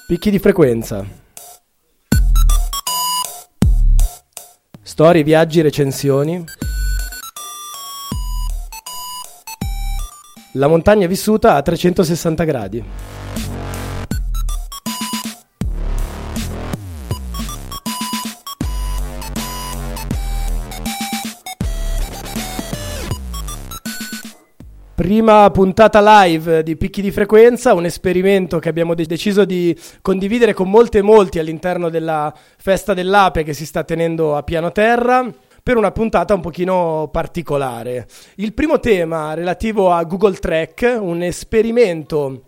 Picchi di frequenza. Storie, viaggi, recensioni. La montagna vissuta a 360 gradi. Prima puntata live di Picchi di frequenza, un esperimento che abbiamo deciso di condividere con molti all'interno della festa dell'Ape che si sta tenendo a piano terra, per una puntata un pochino particolare. Il primo tema relativo a Google Trek, un esperimento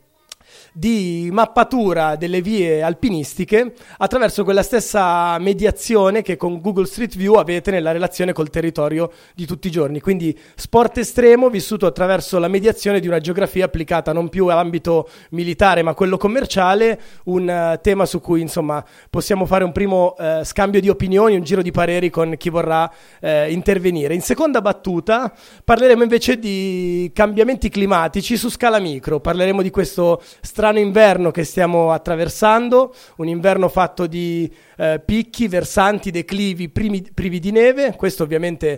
di mappatura delle vie alpinistiche attraverso quella stessa mediazione che con Google Street View avete nella relazione col territorio di tutti i giorni. Quindi sport estremo vissuto attraverso la mediazione di una geografia applicata non più all'ambito militare ma quello commerciale, un tema su cui insomma possiamo fare un primo scambio di opinioni, un giro di pareri con chi vorrà intervenire. In seconda battuta parleremo invece di cambiamenti climatici su scala micro, parleremo di questo strano inverno che stiamo attraversando, un inverno fatto di picchi, versanti, declivi privi di neve. Questo ovviamente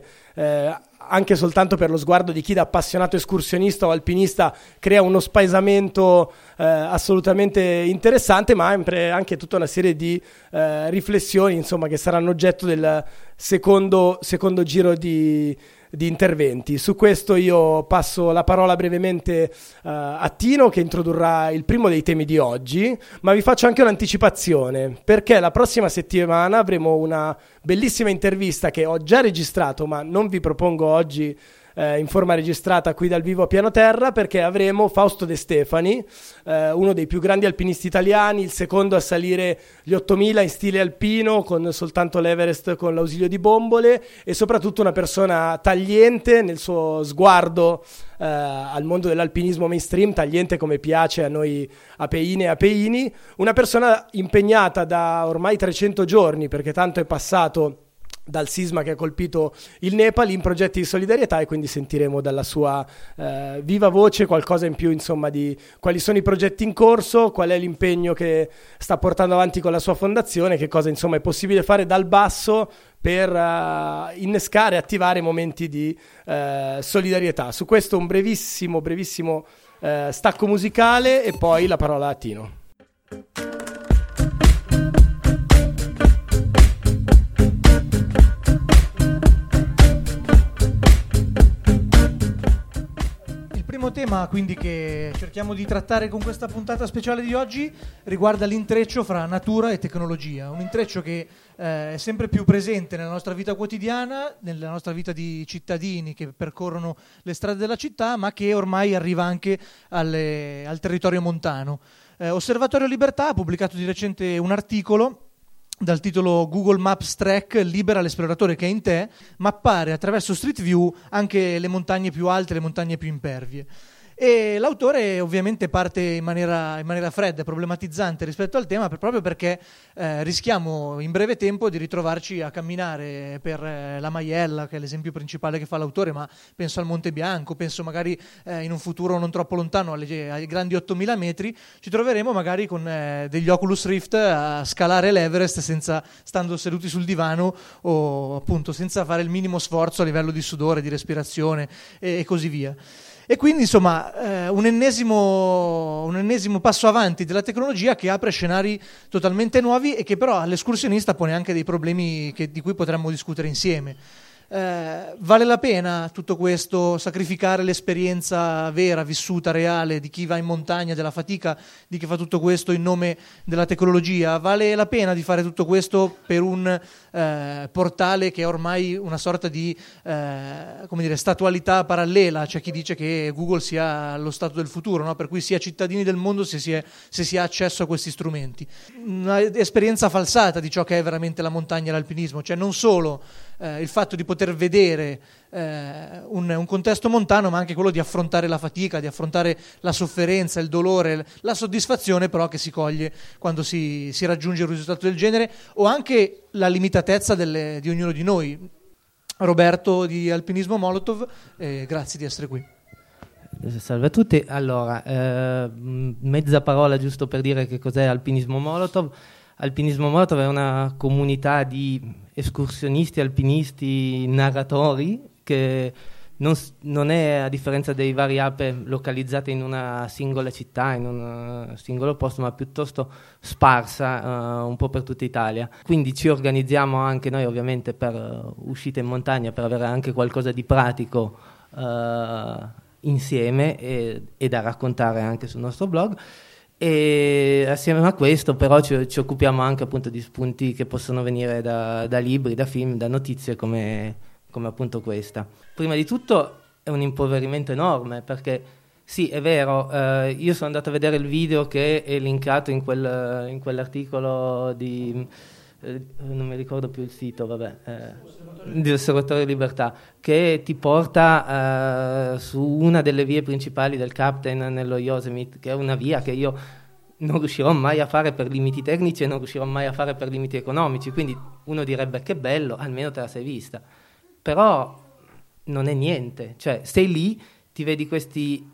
anche soltanto per lo sguardo di chi da appassionato escursionista o alpinista crea uno spaesamento assolutamente interessante, ma anche tutta una serie di riflessioni insomma che saranno oggetto del secondo giro di interventi. Su questo io passo la parola brevemente a Tino che introdurrà il primo dei temi di oggi, ma vi faccio anche un'anticipazione perché la prossima settimana avremo una bellissima intervista che ho già registrato ma non vi propongo oggi in forma registrata qui dal vivo a piano terra, perché avremo Fausto De Stefani, uno dei più grandi alpinisti italiani, il secondo a salire gli 8000 in stile alpino con soltanto l'Everest con l'ausilio di bombole, e soprattutto una persona tagliente nel suo sguardo al mondo dell'alpinismo mainstream, tagliente come piace a noi apeine e apeini, una persona impegnata da ormai 300 giorni, perché tanto è passato dal sisma che ha colpito il Nepal, in progetti di solidarietà, e quindi sentiremo dalla sua viva voce qualcosa in più insomma di quali sono i progetti in corso, qual è l'impegno che sta portando avanti con la sua fondazione, che cosa insomma è possibile fare dal basso per innescare e attivare momenti di solidarietà. Su questo un brevissimo stacco musicale e poi la parola a Tino. Il primo tema quindi che cerchiamo di trattare con questa puntata speciale di oggi riguarda l'intreccio fra natura e tecnologia, un intreccio che è sempre più presente nella nostra vita quotidiana, nella nostra vita di cittadini che percorrono le strade della città, ma che ormai arriva anche al territorio montano. Osservatorio Libertà ha pubblicato di recente un articolo dal titolo Google Maps Trek libera l'esploratore che è in te, mappare attraverso Street View anche le montagne più alte, le montagne più impervie. E l'autore ovviamente parte in maniera fredda e problematizzante rispetto al tema, proprio perché rischiamo in breve tempo di ritrovarci a camminare per la Maiella, che è l'esempio principale che fa l'autore, ma penso al Monte Bianco, penso magari in un futuro non troppo lontano ai grandi 8000 metri, ci troveremo magari con degli Oculus Rift a scalare l'Everest stando seduti sul divano, o appunto senza fare il minimo sforzo a livello di sudore, di respirazione e così via. E quindi insomma un ennesimo passo avanti della tecnologia che apre scenari totalmente nuovi e che però all'escursionista pone anche dei problemi di cui potremmo discutere insieme. Vale la pena tutto questo, sacrificare l'esperienza vera, vissuta, reale di chi va in montagna, della fatica di chi fa tutto questo in nome della tecnologia? Vale la pena di fare tutto questo per un portale che è ormai una sorta di statualità parallela? C'è chi dice che Google sia lo stato del futuro, no? Per cui sia cittadini del mondo se si ha accesso a questi strumenti. Un'esperienza falsata di ciò che è veramente la montagna e l'alpinismo, cioè non solo il fatto di poter vedere un contesto montano, ma anche quello di affrontare la fatica, di affrontare la sofferenza, il dolore, la soddisfazione però che si coglie quando si raggiunge un risultato del genere, o anche la limitatezza di ognuno di noi. Roberto di Alpinismo Molotov, grazie di essere qui. Salve a tutti. Allora, mezza parola giusto per dire che cos'è Alpinismo Molotov. Alpinismo Molotov è una comunità di escursionisti, alpinisti, narratori che non è, a differenza dei vari ape, localizzata in una singola città, in un singolo posto, ma piuttosto sparsa un po' per tutta Italia. Quindi ci organizziamo anche noi ovviamente per uscite in montagna, per avere anche qualcosa di pratico insieme e da raccontare anche sul nostro blog. E assieme a questo però ci occupiamo anche appunto di spunti che possono venire da libri, da film, da notizie come appunto questa. Prima di tutto è un impoverimento enorme, perché sì, è vero, io sono andato a vedere il video che è linkato in quell'articolo di non mi ricordo più il sito, di Osservatorio Libertà, che ti porta su una delle vie principali del Captain nello Yosemite, che è una via che io non riuscirò mai a fare per limiti tecnici e non riuscirò mai a fare per limiti economici, quindi uno direbbe che bello, almeno te la sei vista, però non è niente, cioè sei lì, ti vedi questi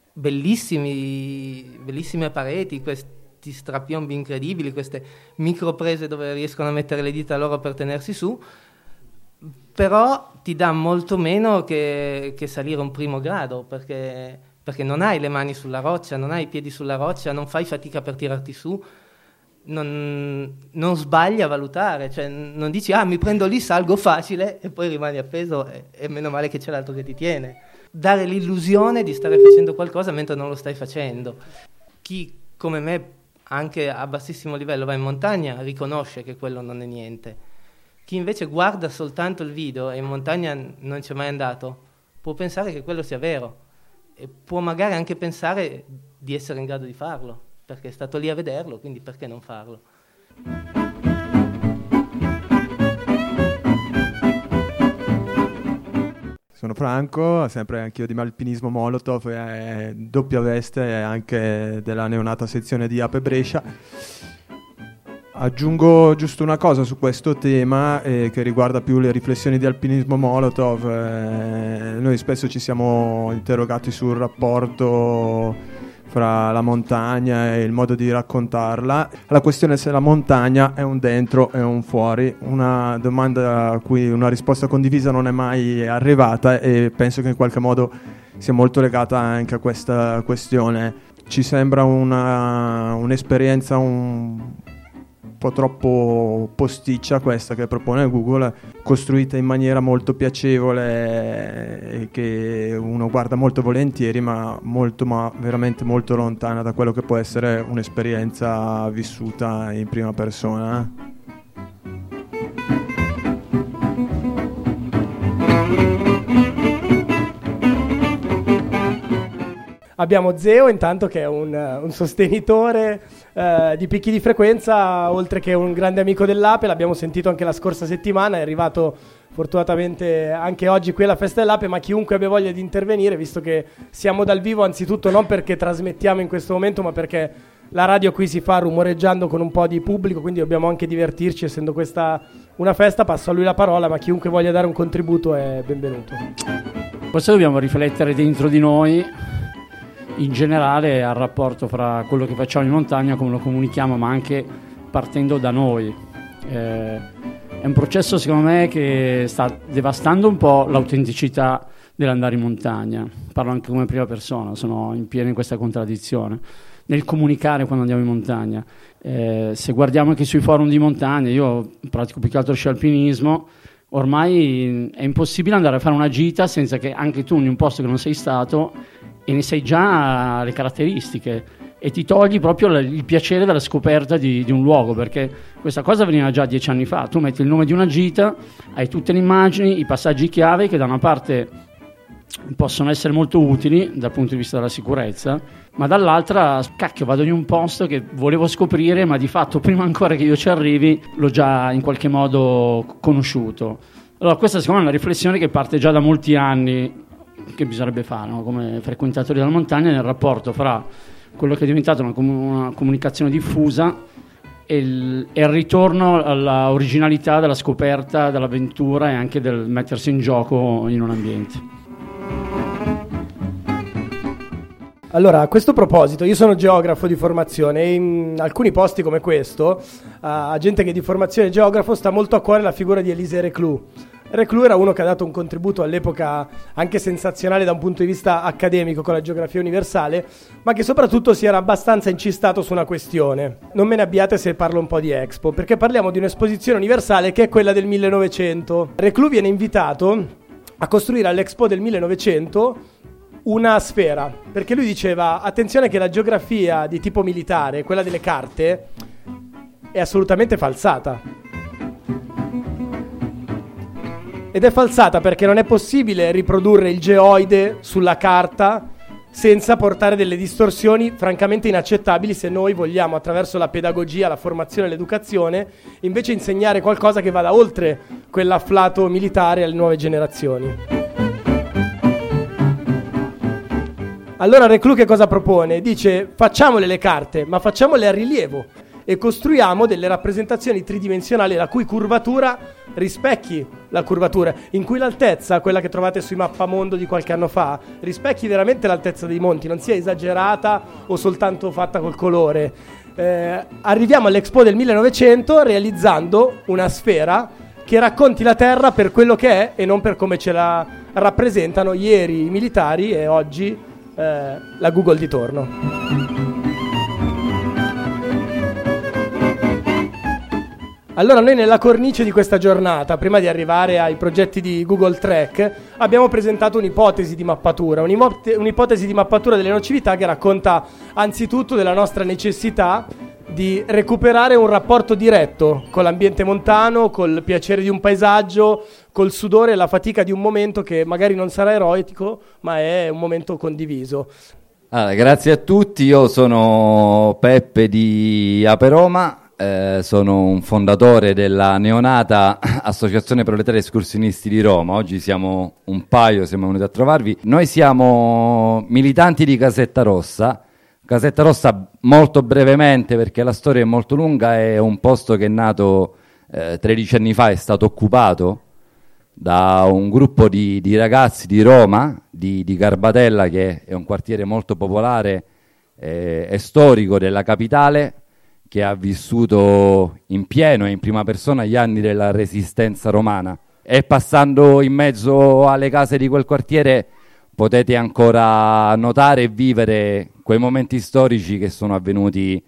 bellissime pareti, questi strapiombi incredibili, queste microprese dove riescono a mettere le dita loro per tenersi su, però ti dà molto meno che salire un primo grado, perché non hai le mani sulla roccia, non hai i piedi sulla roccia, non fai fatica per tirarti su, non sbagli a valutare, cioè non dici mi prendo lì, salgo facile e poi rimani appeso e meno male che c'è l'altro che ti tiene. Dare l'illusione di stare facendo qualcosa mentre non lo stai facendo. Chi come me anche a bassissimo livello va in montagna riconosce che quello non è niente. Chi invece guarda soltanto il video e in montagna non c'è mai andato può pensare che quello sia vero e può magari anche pensare di essere in grado di farlo perché è stato lì a vederlo, quindi perché non farlo? Sono Franco, sempre anch'io di Alpinismo Molotov, doppia veste anche della neonata sezione di Ape Brescia. Aggiungo giusto una cosa su questo tema che riguarda più le riflessioni di Alpinismo Molotov. Noi spesso ci siamo interrogati sul rapporto fra la montagna e il modo di raccontarla. La questione è se la montagna è un dentro e un fuori, una domanda a cui una risposta condivisa non è mai arrivata e penso che in qualche modo sia molto legata anche a questa questione. Ci sembra un'esperienza un po' troppo posticcia questa che propone Google, costruita in maniera molto piacevole e che uno guarda molto volentieri, ma veramente molto lontana da quello che può essere un'esperienza vissuta in prima persona. Abbiamo Zeo intanto che è un sostenitore di picchi di frequenza, oltre che un grande amico dell'Ape. L'abbiamo sentito anche la scorsa settimana, è arrivato fortunatamente anche oggi qui alla Festa dell'Ape, ma chiunque abbia voglia di intervenire, visto che siamo dal vivo, anzitutto non perché trasmettiamo in questo momento, ma perché la radio qui si fa rumoreggiando con un po' di pubblico, quindi dobbiamo anche divertirci, essendo questa una festa. Passo a lui la parola, ma chiunque voglia dare un contributo è benvenuto. Forse dobbiamo riflettere dentro di noi in generale al rapporto fra quello che facciamo in montagna, come lo comunichiamo, ma anche partendo da noi. È un processo secondo me che sta devastando un po' l'autenticità dell'andare in montagna. Parlo anche come prima persona, sono in pieno in questa contraddizione nel comunicare quando andiamo in montagna. Se guardiamo anche sui forum di montagna, io pratico più che altro sci alpinismo, ormai è impossibile andare a fare una gita senza che anche tu in un posto che non sei stato e ne sai già le caratteristiche e ti togli proprio il piacere della scoperta di un luogo, perché questa cosa veniva già 10 anni fa. Tu metti il nome di una gita, hai tutte le immagini, i passaggi chiave che da una parte possono essere molto utili dal punto di vista della sicurezza, ma dall'altra, cacchio, vado in un posto che volevo scoprire, ma di fatto prima ancora che io ci arrivi l'ho già in qualche modo conosciuto. Allora questa secondo me è una riflessione che parte già da molti anni, che bisognerebbe fare, no? Come frequentatori della montagna, nel rapporto fra quello che è diventato una comunicazione diffusa e il ritorno alla originalità della scoperta, dell'avventura e anche del mettersi in gioco in un ambiente. Allora, a questo proposito, io sono geografo di formazione e in alcuni posti come questo, a gente che di formazione geografo sta molto a cuore la figura di Élisée Reclus. Reclus era uno che ha dato un contributo all'epoca anche sensazionale da un punto di vista accademico con la geografia universale, ma che soprattutto si era abbastanza incistato su una questione. Non me ne abbiate se parlo un po' di Expo, perché parliamo di un'esposizione universale che è quella del 1900. Reclus viene invitato a costruire all'Expo del 1900 una sfera, perché lui diceva: attenzione che la geografia di tipo militare, quella delle carte, è assolutamente falsata. Ed è falsata perché non è possibile riprodurre il geoide sulla carta senza portare delle distorsioni francamente inaccettabili se noi vogliamo, attraverso la pedagogia, la formazione e l'educazione, invece insegnare qualcosa che vada oltre quell'afflato militare alle nuove generazioni. Allora Reclus che cosa propone? Dice: facciamole le carte, ma facciamole a rilievo e costruiamo delle rappresentazioni tridimensionali la cui curvatura rispecchi la curvatura, in cui l'altezza, quella che trovate sui mappamondo di qualche anno fa, rispecchi veramente l'altezza dei monti, non sia esagerata o soltanto fatta col colore. Arriviamo all'Expo del 1900 realizzando una sfera che racconti la Terra per quello che è e non per come ce la rappresentano ieri i militari e oggi la Google di torno. Allora noi nella cornice di questa giornata, prima di arrivare ai progetti di Google Track, abbiamo presentato un'ipotesi di mappatura, un'ipotesi di mappatura delle nocività che racconta anzitutto della nostra necessità di recuperare un rapporto diretto con l'ambiente montano, col piacere di un paesaggio, col sudore e la fatica di un momento che magari non sarà eroico, ma è un momento condiviso. Allora, grazie a tutti, io sono Peppe di Aperoma. Sono un fondatore della neonata Associazione Proletaria Escursionisti di Roma. Oggi siamo un paio, siamo venuti a trovarvi. Noi siamo militanti di Casetta Rossa. Casetta Rossa, molto brevemente, perché la storia è molto lunga, è un posto che è nato 13 anni fa, è stato occupato da un gruppo di ragazzi di Roma, di Garbatella, che è un quartiere molto popolare e storico della capitale, che ha vissuto in pieno e in prima persona gli anni della resistenza romana. E passando in mezzo alle case di quel quartiere potete ancora notare e vivere quei momenti storici che sono avvenuti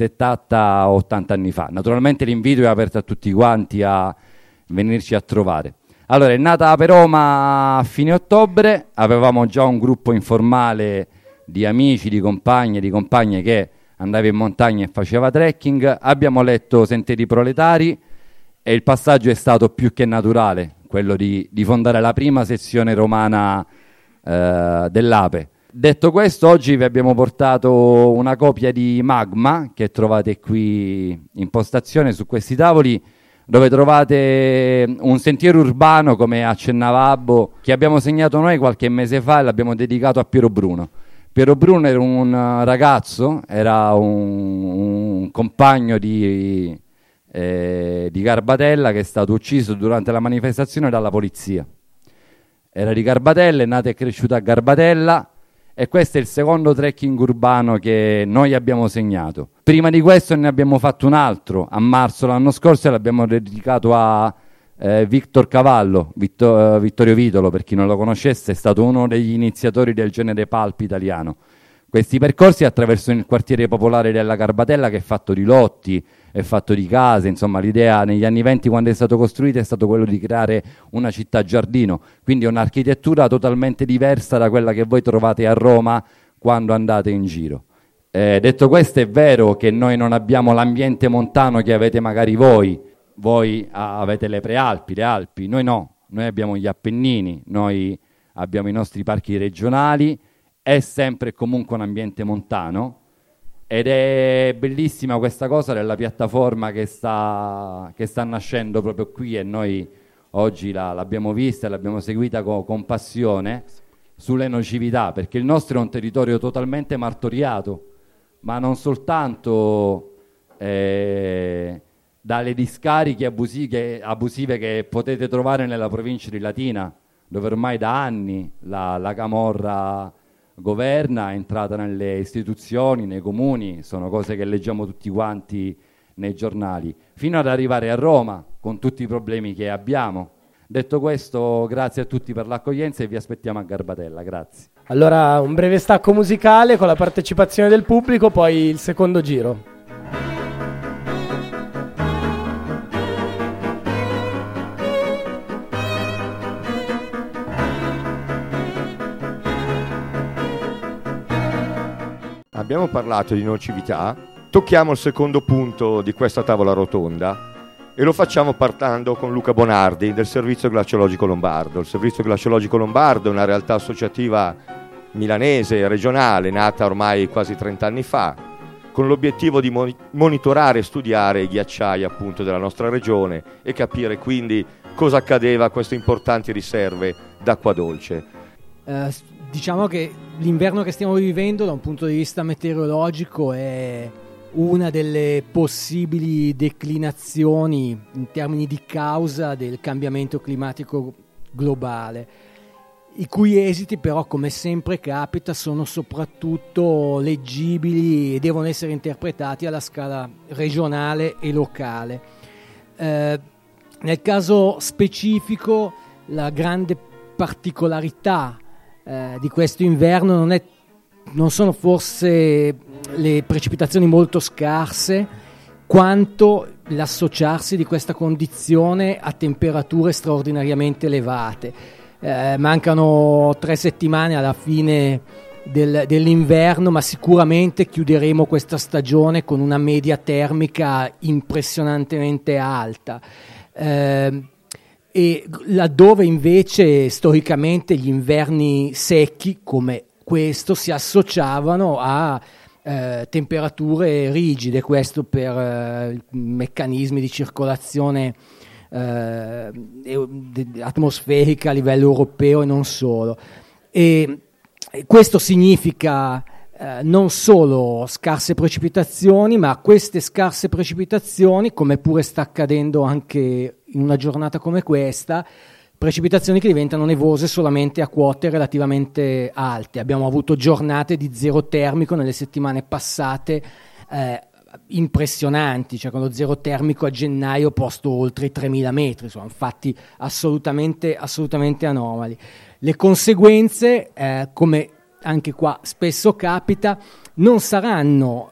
70-80 anni fa. Naturalmente l'invito è aperto a tutti quanti a venirci a trovare. Allora, è nata per Roma a fine ottobre, avevamo già un gruppo informale di amici, di compagni e di compagne che andava in montagna e faceva trekking. Abbiamo letto Sentieri Proletari e il passaggio è stato più che naturale, quello di fondare la prima sezione romana dell'Ape. Detto questo, oggi vi abbiamo portato una copia di Magma che trovate qui in postazione su questi tavoli, dove trovate un sentiero urbano, come accennava Abbo, che abbiamo segnato noi qualche mese fa e l'abbiamo dedicato a Piero Bruno. Piero Bruno era un ragazzo, era un compagno di Garbatella, che è stato ucciso durante la manifestazione dalla polizia. Era di Garbatella, è nato e cresciuto a Garbatella, e questo è il secondo trekking urbano che noi abbiamo segnato. Prima di questo ne abbiamo fatto un altro, a marzo l'anno scorso, e l'abbiamo dedicato a Victor Cavallo, Vittorio Vitolo, per chi non lo conoscesse, è stato uno degli iniziatori del genere pulp italiano. Questi percorsi attraversano il quartiere popolare della Garbatella, che è fatto di lotti, è fatto di case, insomma l'idea negli anni 20, quando è stato costruito, è stato quello di creare una città giardino, quindi un'architettura totalmente diversa da quella che voi trovate a Roma quando andate in giro. Detto questo, è vero che noi non abbiamo l'ambiente montano che avete magari voi avete le prealpi, le Alpi, noi no, noi abbiamo gli Appennini, noi abbiamo i nostri parchi regionali, è sempre comunque un ambiente montano, ed è bellissima questa cosa della piattaforma che sta nascendo proprio qui, e noi oggi l'abbiamo vista e l'abbiamo seguita con passione, sulle nocività, perché il nostro è un territorio totalmente martoriato, ma non soltanto dalle discariche abusive che potete trovare nella provincia di Latina, dove ormai da anni la camorra governa, è entrata nelle istituzioni, nei comuni, sono cose che leggiamo tutti quanti nei giornali, fino ad arrivare a Roma con tutti i problemi che abbiamo. Detto questo, grazie a tutti per l'accoglienza e vi aspettiamo a Garbatella, grazie. Allora, un breve stacco musicale con la partecipazione del pubblico, poi il secondo giro. Abbiamo parlato di nocività, tocchiamo il secondo punto di questa tavola rotonda e lo facciamo partendo con Luca Bonardi del Servizio Glaciologico Lombardo. Il Servizio Glaciologico Lombardo è una realtà associativa milanese e regionale nata ormai quasi 30 anni fa, con l'obiettivo di monitorare e studiare i ghiacciai appunto della nostra regione e capire quindi cosa accadeva a queste importanti riserve d'acqua dolce. Diciamo che l'inverno che stiamo vivendo da un punto di vista meteorologico è una delle possibili declinazioni in termini di causa del cambiamento climatico globale, i cui esiti però, come sempre capita, sono soprattutto leggibili e devono essere interpretati alla scala regionale e locale. Nel caso specifico, la grande particolarità di questo inverno non sono forse le precipitazioni molto scarse, quanto l'associarsi di questa condizione a temperature straordinariamente elevate. Mancano 3 settimane alla fine dell'inverno, ma sicuramente chiuderemo questa stagione con una media termica impressionantemente alta. E laddove invece storicamente gli inverni secchi come questo si associavano a temperature rigide, questo per meccanismi di circolazione atmosferica a livello europeo e non solo. E questo significa non solo scarse precipitazioni, ma queste scarse precipitazioni, come pure sta accadendo anche in una giornata come questa, precipitazioni che diventano nevose solamente a quote relativamente alte. Abbiamo avuto giornate di zero termico nelle settimane passate impressionanti, cioè con lo zero termico a gennaio posto oltre i 3.000 metri, sono fatti assolutamente anomali. Le conseguenze, come anche qua spesso capita, non saranno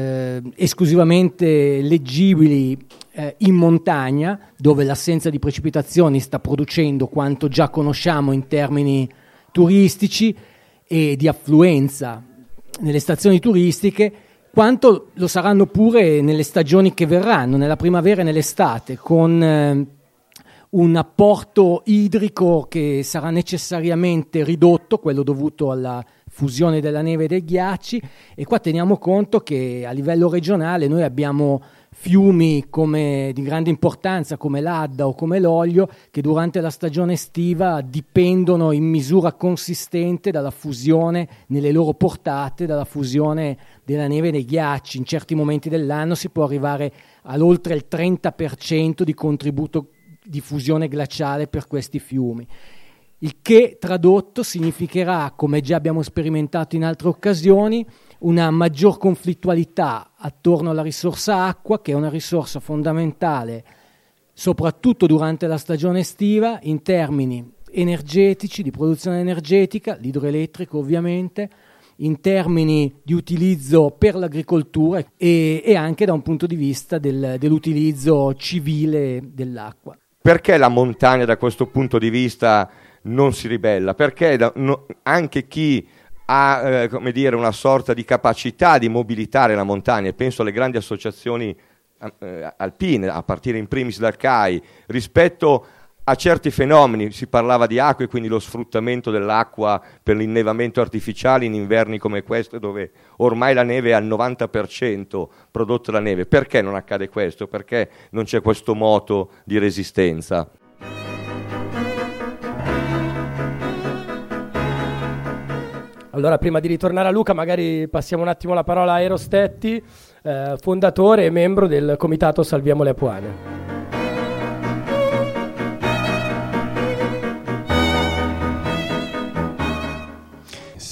esclusivamente leggibili in montagna, dove l'assenza di precipitazioni sta producendo quanto già conosciamo in termini turistici e di affluenza nelle stazioni turistiche, quanto lo saranno pure nelle stagioni che verranno, nella primavera e nell'estate, con un apporto idrico che sarà necessariamente ridotto, quello dovuto alla fusione della neve e dei ghiacci. E qua teniamo conto che a livello regionale noi abbiamo fiumi di grande importanza come l'Adda o come l'Oglio, che durante la stagione estiva dipendono in misura consistente dalla fusione nelle loro portate, dalla fusione della neve e dei ghiacci. In certi momenti dell'anno si può arrivare all'oltre il 30% di contributo di fusione glaciale per questi fiumi, il che tradotto significherà, come già abbiamo sperimentato in altre occasioni, una maggior conflittualità attorno alla risorsa acqua, che è una risorsa fondamentale soprattutto durante la stagione estiva in termini energetici, di produzione energetica, l'idroelettrico ovviamente, in termini di utilizzo per l'agricoltura e anche da un punto di vista dell'utilizzo civile dell'acqua. Perché la montagna da questo punto di vista non si ribella? Perché anche chi ha una sorta di capacità di mobilitare la montagna, e penso alle grandi associazioni alpine, a partire in primis dal CAI, rispetto a certi fenomeni, si parlava di acqua e quindi lo sfruttamento dell'acqua per l'innevamento artificiale in inverni come questo, dove ormai la neve è al 90% prodotta da neve. Perché non accade questo? Perché non c'è questo moto di resistenza? Allora, prima di ritornare a Luca, magari passiamo un attimo la parola a Eero Stetti, fondatore e membro del comitato Salviamo le Apuane.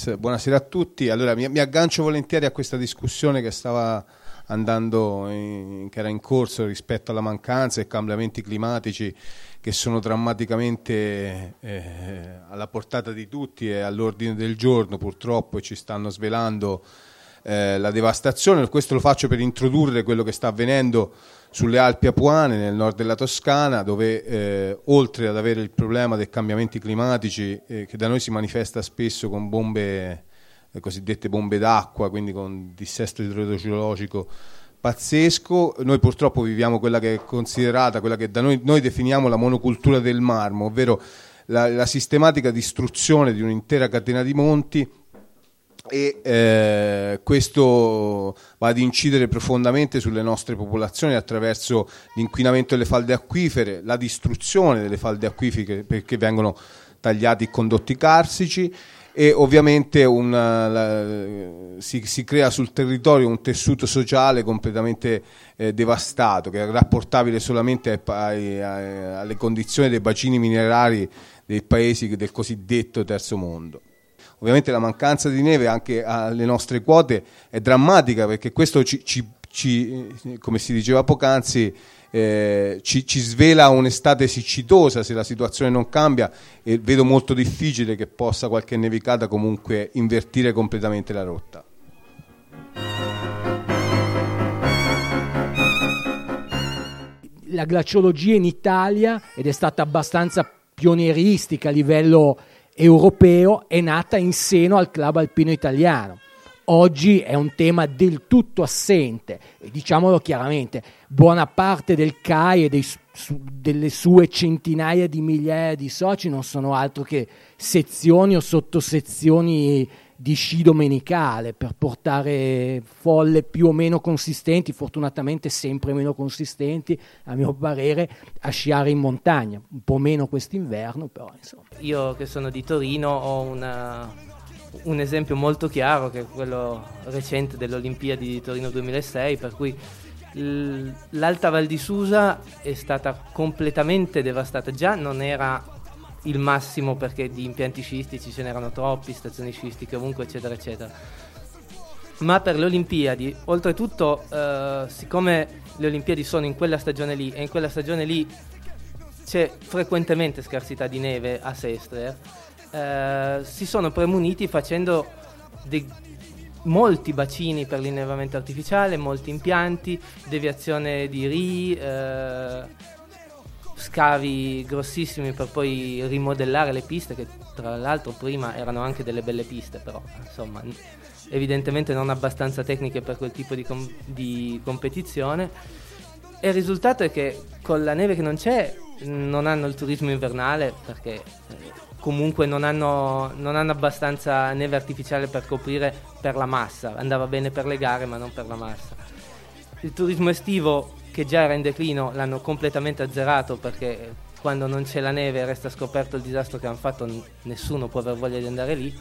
Yes, buonasera a tutti. Allora mi aggancio volentieri a questa discussione che stava andando, che era in corso rispetto alla mancanza e cambiamenti climatici che sono drammaticamente alla portata di tutti e all'ordine del giorno purtroppo, e ci stanno svelando la devastazione. Questo lo faccio per introdurre quello che sta avvenendo sulle Alpi Apuane nel nord della Toscana, dove oltre ad avere il problema dei cambiamenti climatici che da noi si manifesta spesso con bombe, cosiddette bombe d'acqua, quindi con dissesto idrogeologico pazzesco, noi purtroppo viviamo quella che è considerata, quella che da noi definiamo la monocultura del marmo, ovvero la sistematica distruzione di un'intera catena di monti, e questo va ad incidere profondamente sulle nostre popolazioni attraverso l'inquinamento delle falde acquifere, la distruzione delle falde acquifere perché vengono tagliati condotti carsici, e ovviamente si crea sul territorio un tessuto sociale completamente devastato, che è rapportabile solamente alle condizioni dei bacini minerari dei paesi del cosiddetto terzo mondo. Ovviamente la mancanza di neve anche alle nostre quote è drammatica, perché questo come si diceva poc'anzi, ci svela un'estate siccitosa se la situazione non cambia, e vedo molto difficile che possa qualche nevicata comunque invertire completamente la rotta. La glaciologia in Italia, ed è stata abbastanza pionieristica a livello europeo, è nata in seno al Club Alpino Italiano. Oggi è un tema del tutto assente, e diciamolo chiaramente, buona parte del CAI e delle sue centinaia di migliaia di soci non sono altro che sezioni o sottosezioni di sci domenicale per portare folle più o meno consistenti, fortunatamente sempre meno consistenti a mio parere, a sciare in montagna, un po' meno quest'inverno, però insomma. Io che sono di Torino ho un esempio molto chiaro, che è quello recente delle Olimpiadi di Torino 2006, per cui l'Alta Val di Susa è stata completamente devastata. Già non era il massimo perché di impianti sciistici ce n'erano troppi, stazioni sciistiche ovunque, eccetera eccetera, ma per le Olimpiadi, oltretutto siccome le Olimpiadi sono in quella stagione lì, e in quella stagione lì c'è frequentemente scarsità di neve a Sestri, si sono premuniti facendo molti bacini per l'innevamento artificiale, molti impianti, deviazione di rii, scavi grossissimi per poi rimodellare le piste, che tra l'altro prima erano anche delle belle piste, però insomma evidentemente non abbastanza tecniche per quel tipo di competizione. E il risultato è che con la neve che non c'è non hanno il turismo invernale, perché comunque non hanno abbastanza neve artificiale per coprire per la massa. Andava bene per le gare ma non per la massa. Il turismo estivo, che già era in declino, l'hanno completamente azzerato, perché quando non c'è la neve e resta scoperto il disastro che hanno fatto, nessuno può aver voglia di andare lì.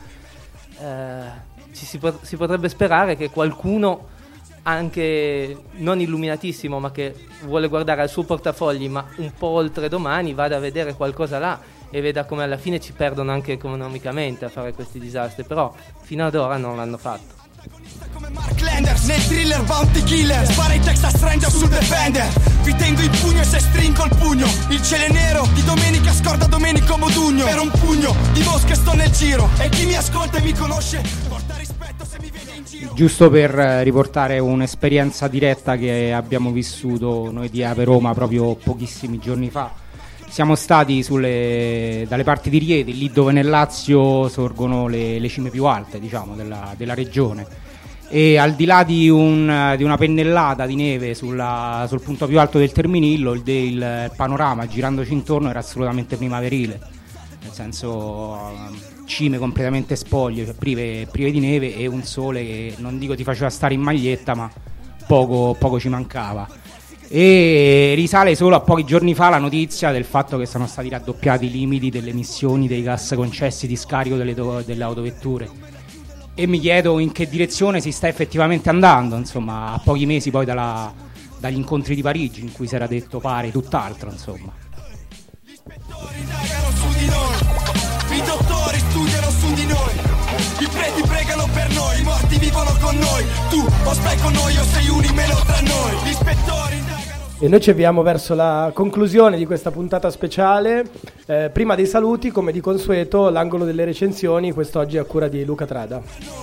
Si potrebbe sperare che qualcuno, anche non illuminatissimo, ma che vuole guardare al suo portafogli ma un po' oltre domani, vada a vedere qualcosa là e veda come alla fine ci perdono anche economicamente a fare questi disastri, però fino ad ora non l'hanno fatto. Come Mark Landers nel thriller Bounty Killer, spara in Texas Ranger sul Defender, vi tengo in pugno e se stringo il pugno, il cielo è nero di domenica scorda Domenico Modugno, per un pugno di mosche sto nel giro, e chi mi ascolta e mi conosce porta rispetto se mi vede in giro. Giusto per riportare un'esperienza diretta che abbiamo vissuto noi di Ape Roma proprio pochissimi giorni fa, siamo stati dalle parti di Rieti, lì dove nel Lazio sorgono le cime più alte, diciamo, della regione, e al di là di una pennellata di neve sul punto più alto del Terminillo, il panorama girandoci intorno era assolutamente primaverile, nel senso cime completamente spoglie, prive di neve, e un sole che non dico ti faceva stare in maglietta, ma poco ci mancava. E risale solo a pochi giorni fa la notizia del fatto che sono stati raddoppiati i limiti delle emissioni dei gas concessi di scarico delle autovetture, e mi chiedo in che direzione si sta effettivamente andando, insomma, a pochi mesi poi dagli incontri di Parigi, in cui si era detto pare tutt'altro, insomma. I dottori studiano su di noi, i preti pregano per noi, i morti vivono con noi. Tu o stai con noi o sei uno in meno tra noi. Gli ispettori indagano. E noi ci avviamo verso la conclusione di questa puntata speciale. Prima dei saluti, come di consueto, l'angolo delle recensioni, quest'oggi è a cura di Luca Trada.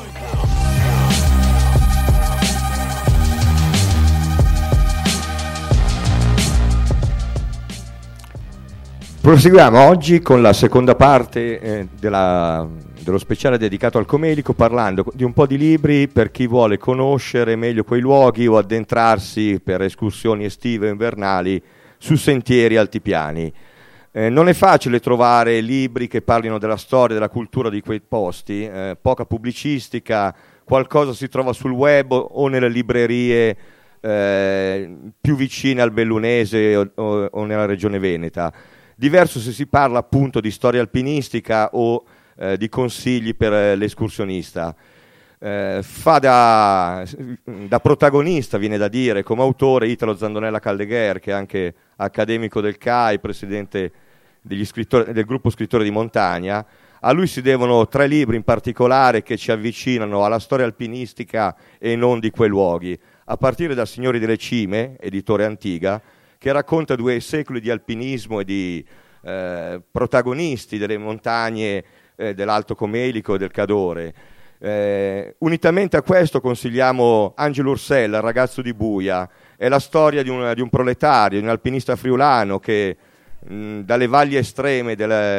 Proseguiamo oggi con la seconda parte dello speciale dedicato al Comelico, parlando di un po' di libri per chi vuole conoscere meglio quei luoghi o addentrarsi per escursioni estive o invernali su sentieri altipiani. Non è facile trovare libri che parlino della storia, della cultura di quei posti, poca pubblicistica, qualcosa si trova sul web o nelle librerie più vicine al Bellunese o nella regione veneta. Diverso se si parla appunto di storia alpinistica o di consigli per l'escursionista. Fa da protagonista, viene da dire, come autore Italo Zandonella Caldegher, che è anche accademico del CAI, presidente del gruppo scrittori di montagna. A lui si devono 3 libri in particolare che ci avvicinano alla storia alpinistica e non di quei luoghi, a partire da Signori delle Cime, editore Antiga, che racconta 2 secoli di alpinismo e di protagonisti delle montagne dell'Alto Comelico e del Cadore. Unitamente a questo consigliamo Angelo Ursella, Il ragazzo di Buia. È la storia di un proletario, di un alpinista friulano che dalle valli estreme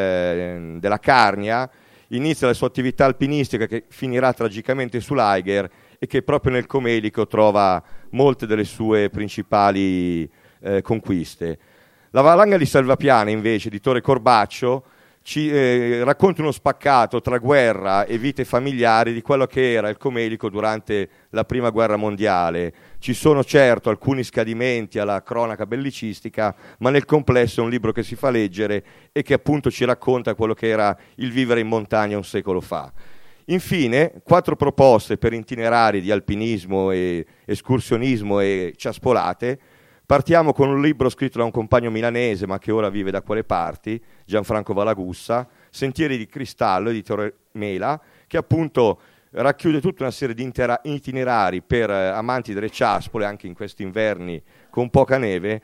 della Carnia inizia la sua attività alpinistica, che finirà tragicamente sull'Eiger, e che proprio nel Comelico trova molte delle sue principali conquiste. La valanga di Selvapiana, invece, editore Corbaccio, ci racconta uno spaccato tra guerra e vite familiari di quello che era il Comelico durante la Prima Guerra Mondiale. Ci sono certo alcuni scadimenti alla cronaca bellicistica, ma nel complesso è un libro che si fa leggere e che appunto ci racconta quello che era il vivere in montagna un secolo fa. Infine, 4 proposte per itinerari di alpinismo e escursionismo e ciaspolate. Partiamo con un libro scritto da un compagno milanese, ma che ora vive da quelle parti, Gianfranco Valagussa, Sentieri di Cristallo, editore Mela, che appunto racchiude tutta una serie di itinerari per amanti delle ciaspole, anche in questi inverni con poca neve,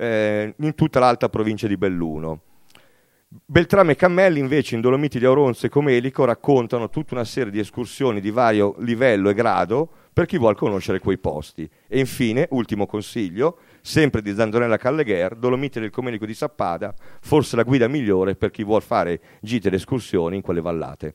in tutta l'alta provincia di Belluno. Beltrame e Cammelli, invece, in Dolomiti di Auronzo e Comelico, raccontano tutta una serie di escursioni di vario livello e grado per chi vuol conoscere quei posti. E infine, ultimo consiglio, sempre di Zandonella Caldegher, Dolomiti del Comelico di Sappada, forse la guida migliore per chi vuol fare gite ed escursioni in quelle vallate.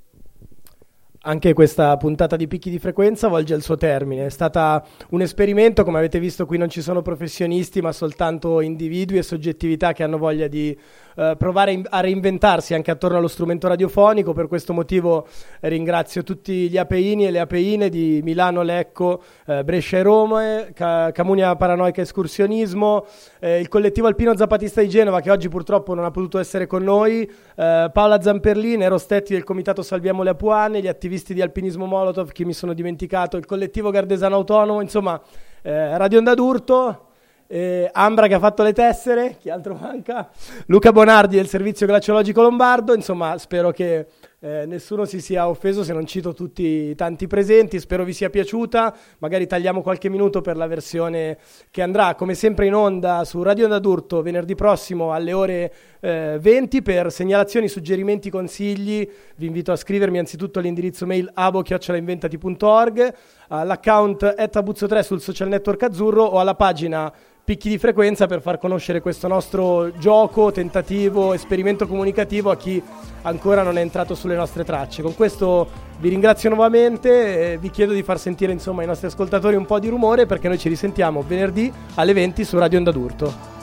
Anche questa puntata di Picchi di Frequenza volge al suo termine. È stata un esperimento, come avete visto qui non ci sono professionisti ma soltanto individui e soggettività che hanno voglia di provare a reinventarsi anche attorno allo strumento radiofonico. Per questo motivo ringrazio tutti gli apeini e le apeine di Milano, Lecco, Brescia e Roma, Camunia Paranoica Escursionismo, il collettivo alpino Zapatista di Genova, che oggi purtroppo non ha potuto essere con noi, Paola Zamperlini, Nero Stetti del comitato Salviamo le Apuane, gli attivisti di Alpinismo Molotov, che mi sono dimenticato, il collettivo Gardesano Autonomo, insomma Radio Onda d'Urto, Ambra che ha fatto le tessere, chi altro manca? Luca Bonardi del Servizio Glaciologico Lombardo. Insomma, spero che nessuno si sia offeso se non cito tutti i tanti presenti. Spero vi sia piaciuta. Magari tagliamo qualche minuto per la versione che andrà come sempre in onda su Radio Onda d'Urto venerdì prossimo alle ore 20. Per segnalazioni, suggerimenti, consigli vi invito a scrivermi anzitutto all'indirizzo mail abo@inventati.org, all'account @abuzzo3 sul social network azzurro o alla pagina Picchi di Frequenza per far conoscere questo nostro gioco, tentativo, esperimento comunicativo a chi ancora non è entrato sulle nostre tracce. Con questo vi ringrazio nuovamente e vi chiedo di far sentire insomma ai nostri ascoltatori un po' di rumore, perché noi ci risentiamo venerdì alle 20 su Radio Onda d'Urto.